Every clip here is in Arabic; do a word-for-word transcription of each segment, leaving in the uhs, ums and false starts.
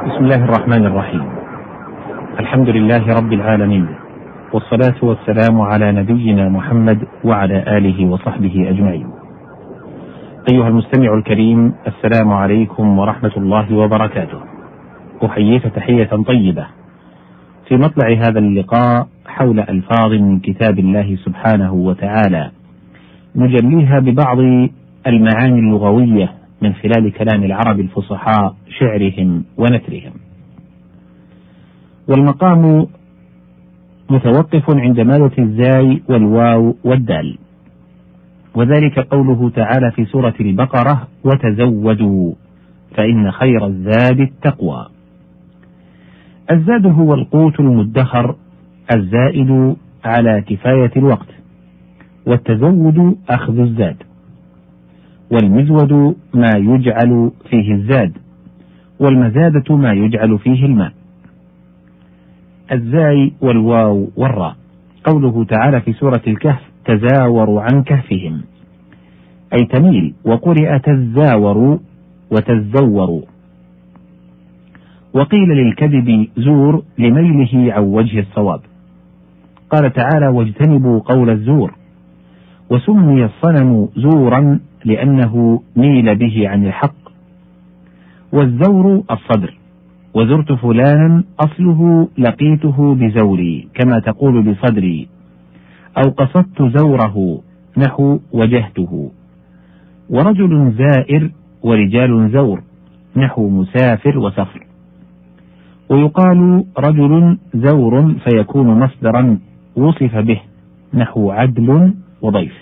بسم الله الرحمن الرحيم. الحمد لله رب العالمين، والصلاة والسلام على نبينا محمد وعلى آله وصحبه أجمعين. أيها المستمع الكريم، السلام عليكم ورحمة الله وبركاته. أحييك تحية طيبة في مطلع هذا اللقاء حول ألفاظ من كتاب الله سبحانه وتعالى، نجليها ببعض المعاني اللغوية من خلال كلام العرب الفصحاء، شعرهم ونثرهم. والمقام متوقف عند مادة الزاي والواو والدال، وذلك قوله تعالى في سورة البقرة: وتزودوا فإن خير الزاد التقوى. الزاد هو القوت المدخر الزائد على كفاية الوقت، والتزود أخذ الزاد، والمزود ما يجعل فيه الزاد، والمزادة ما يجعل فيه الماء. الزاي والواو والراء. قوله تعالى في سورة الكهف: تزاوروا عن كهفهم، أي تميل، وقرئ تزاوروا وتزوروا. وقيل للكذب زور لميله عن وجه الصواب. قال تعالى: واجتنبوا قول الزور. وسمي الصنم زورا لأنه ميل به عن الحق. والزور الصدر. وزرت فلانا أصله لقيته بزوري، كما تقول بصدري، أو قصدت زوره نحو وجهته. ورجل زائر ورجال زور نحو مسافر وسفر. ويقال رجل زور فيكون مصدرا وصف به نحو عدل وضيف.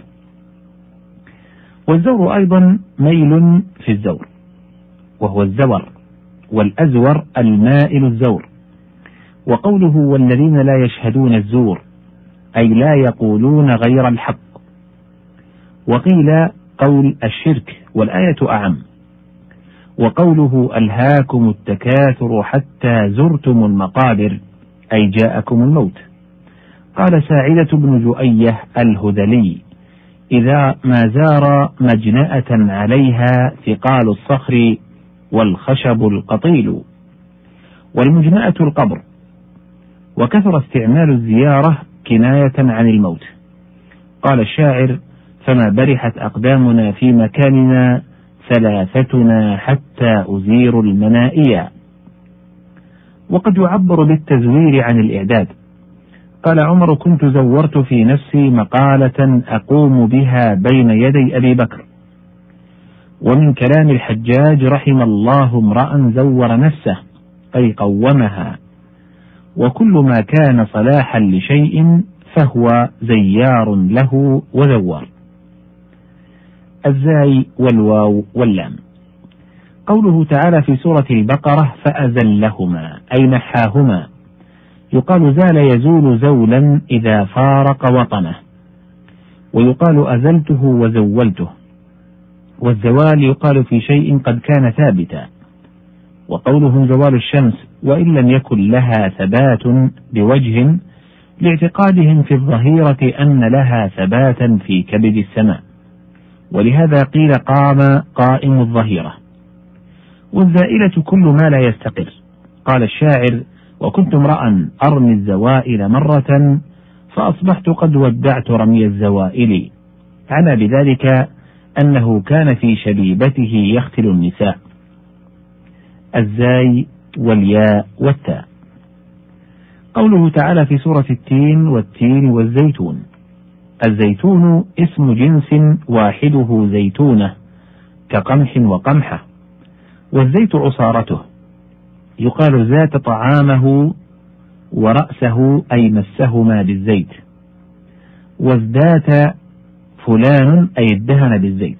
والزور أيضا ميل في الزور، وهو الزور، والأزور المائل الزور. وقوله: والذين لا يشهدون الزور، أي لا يقولون غير الحق. وقيل قول الشرك، والآية أعم. وقوله: ألهاكم التكاثر حتى زرتم المقابر، أي جاءكم الموت. قال ساعدة بن جؤية الهذلي: إذا ما زار مجنأة عليها ثقال الصخر والخشب القطيل. والمجنأة القبر. وكثر استعمال الزيارة كناية عن الموت. قال الشاعر: فما برحت أقدامنا في مكاننا ثلاثتنا حتى أزير المنائيا. وقد يعبر بالتزوير عن الإعداد. قال عمر: كنت زورت في نفسي مقالة أقوم بها بين يدي أبي بكر. ومن كلام الحجاج: رحم الله امرأ زور نفسه، أي قومها. وكل ما كان صلاحا لشيء فهو زيار له وزوار. الزاي والواو واللام. قوله تعالى في سورة البقرة: فأزلهما، أي نحاهما. يقال زال يزول زولا إذا فارق وطنه. ويقال أزلته وزولته. والزوال يقال في شيء قد كان ثابتا. وقولهم زوال الشمس، وإن لم يكن لها ثبات بوجه، لاعتقادهم في الظهيرة أن لها ثباتا في كبد السماء، ولهذا قيل قام قائم الظهيرة. والزائلة كل ما لا يستقر. قال الشاعر: وكنت امرأ أرمي الزوائل مرة، فأصبحت قد ودعت رمي الزوائل. عنى بذلك أنه كان في شبيبته يختل النساء. الزاي والياء والتاء. قوله تعالى في سورة التين: والتين والزيتون. الزيتون اسم جنس واحده زيتونة، كقمح وقمحة. والزيت عصارته. يقال زات طعامه ورأسه، أي مسهما بالزيت. وازدات فلان، أي ادهن بالزيت.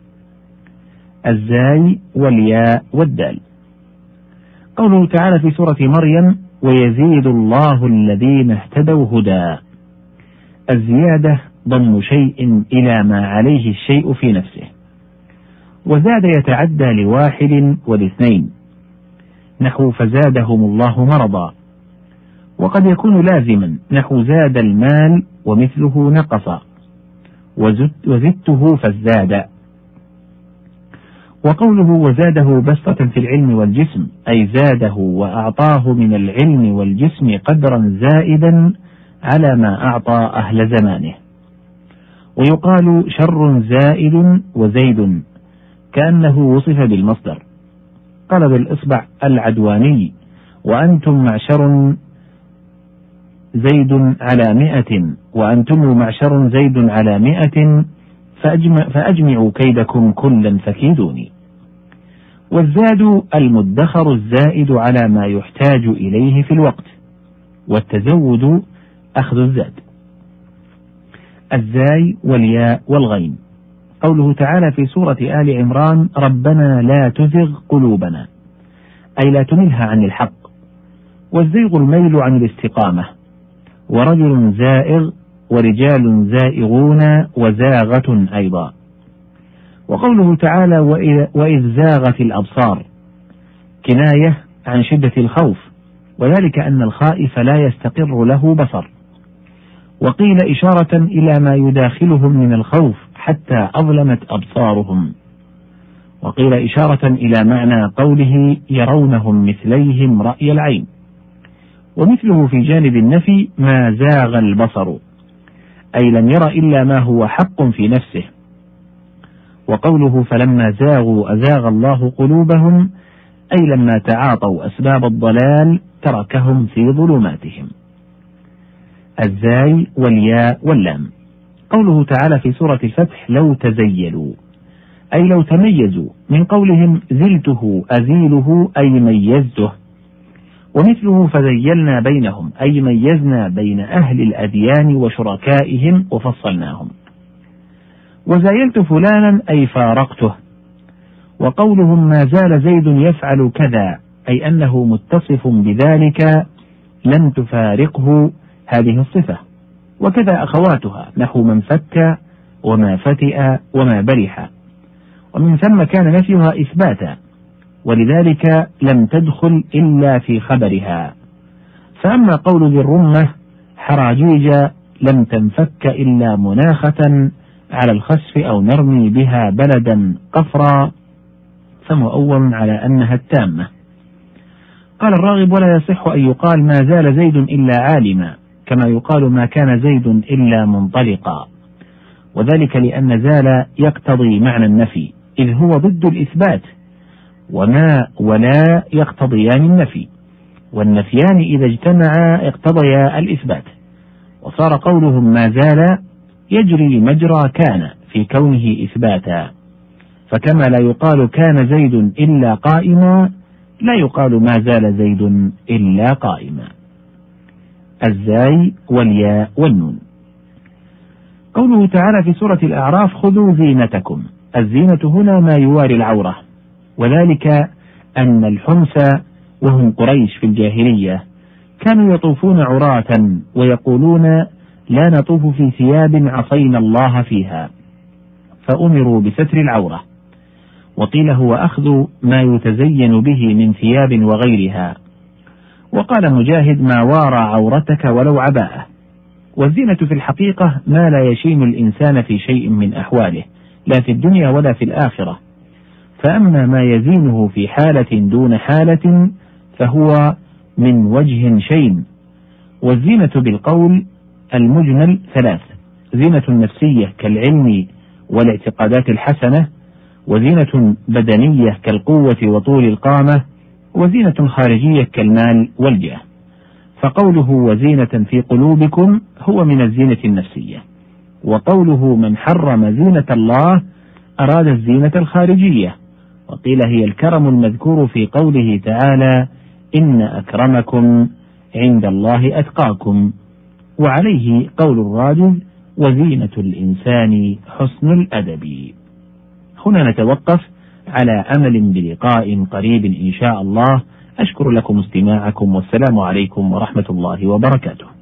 الزاي والياء والدال. قوله تعالى في سورة مريم: ويزيد الله الذين اهتدوا هدى. الزيادة ضم شيء إلى ما عليه الشيء في نفسه. وزاد يتعدى لواحد والاثنين، نحو فزادهم الله مرضا. وقد يكون لازما، نحو زاد المال ومثله نقص، وزدته فازداد. وقوله وزاده بسطة في العلم والجسم أي زاده وأعطاه من العلم والجسم قدرا زائدا على ما أعطى أهل زمانه. ويقال شر زائد وزيد كأنه وصف بالمصدر. قال بالإصبع العدواني وأنتم معشر زيد على مئة وأنتم معشر زيد على مئة فأجمع فأجمعوا كيدكم كلا فكيدوني. والزاد المدخر الزائد على ما يحتاج إليه في الوقت، والتزود أخذ الزاد. الزاي والياء والغين. قوله تعالى في سورة آل عمران ربنا لا تزغ قلوبنا أي لا تملها عن الحق. والزيغ الميل عن الاستقامة. ورجل زائغ ورجال زائغون وزاغة أيضا. وقوله تعالى وإذ زاغت الأبصار كناية عن شدة الخوف، وذلك أن الخائف لا يستقر له بصر. وقيل إشارة إلى ما يداخلهم من الخوف حتى أظلمت أبصارهم. وقيل إشارة إلى معنى قوله يرونهم مثليهم رأي العين. ومثله في جانب النفي ما زاغ البصر أي لم ير إلا ما هو حق في نفسه. وقوله فلما زاغوا أزاغ الله قلوبهم أي لما تعاطوا أسباب الضلال تركهم في ظلماتهم. الزاي والياء واللام. قوله تعالى في سورة الفتح لو تزيلوا أي لو تميزوا، من قولهم زلته أزيله أي ميزته. ومثله فزيلنا بينهم أي ميزنا بين أهل الأديان وشركائهم وفصلناهم. وزايلت فلانا أي فارقته. وقولهم ما زال زيد يفعل كذا أي أنه متصف بذلك لم تفارقه هذه الصفة. وكذا أخواتها نحو من فك وما فتئ وما برح، ومن ثم كان نفيها إثباتا، ولذلك لم تدخل إلا في خبرها. فأما قول ذي الرمة حراجيج لم تنفك إلا مناخة على الخسف أو نرمي بها بلدا قفرا فمؤول على أنها التامة. قال الراغب ولا يصح أن يقال ما زال زيد إلا عالما، كما يقال ما كان زيد إلا منطلقا، وذلك لأن زال يقتضي معنى النفي إذ هو ضد الإثبات، وما ولا يقتضيان النفي، والنفيان إذا اجتمعا اقتضيا الإثبات. وصار قولهم ما زال يجري مجرى كان في كونه إثباتا، فكما لا يقال كان زيد إلا قائما لا يقال ما زال زيد إلا قائما. الزاي والياء والنون. قوله تعالى في سورة الأعراف خذوا زينتكم. الزينة هنا ما يواري العورة، وذلك أن الحمس وهم قريش في الجاهلية كانوا يطوفون عراة ويقولون لا نطوف في ثياب عصينا الله فيها، فأمروا بستر العورة. وقيل هو أخذ ما يتزين به من ثياب وغيرها. وقال مجاهد ما وارى عورتك ولو عباءة. والزينة في الحقيقة ما لا يشين الإنسان في شيء من أحواله لا في الدنيا ولا في الآخرة، فأما ما يزينه في حالة دون حالة فهو من وجه شين. والزينة بالقول المجمل ثلاث: زينة نفسية كالعلم والاعتقادات الحسنة، وزينة بدنية كالقوة وطول القامة، وزينة خارجية كالمال والجاه. فقوله وزينة في قلوبكم هو من الزينة النفسية، وقوله من حرم زينة الله أراد الزينة الخارجية، وقيل هي الكرم المذكور في قوله تعالى إن أكرمكم عند الله أتقاكم، وعليه قول الراجل وزينة الإنسان حسن الأدب. هنا نتوقف على أمل بلقاء قريب إن شاء الله. أشكر لكم استماعكم، والسلام عليكم ورحمة الله وبركاته.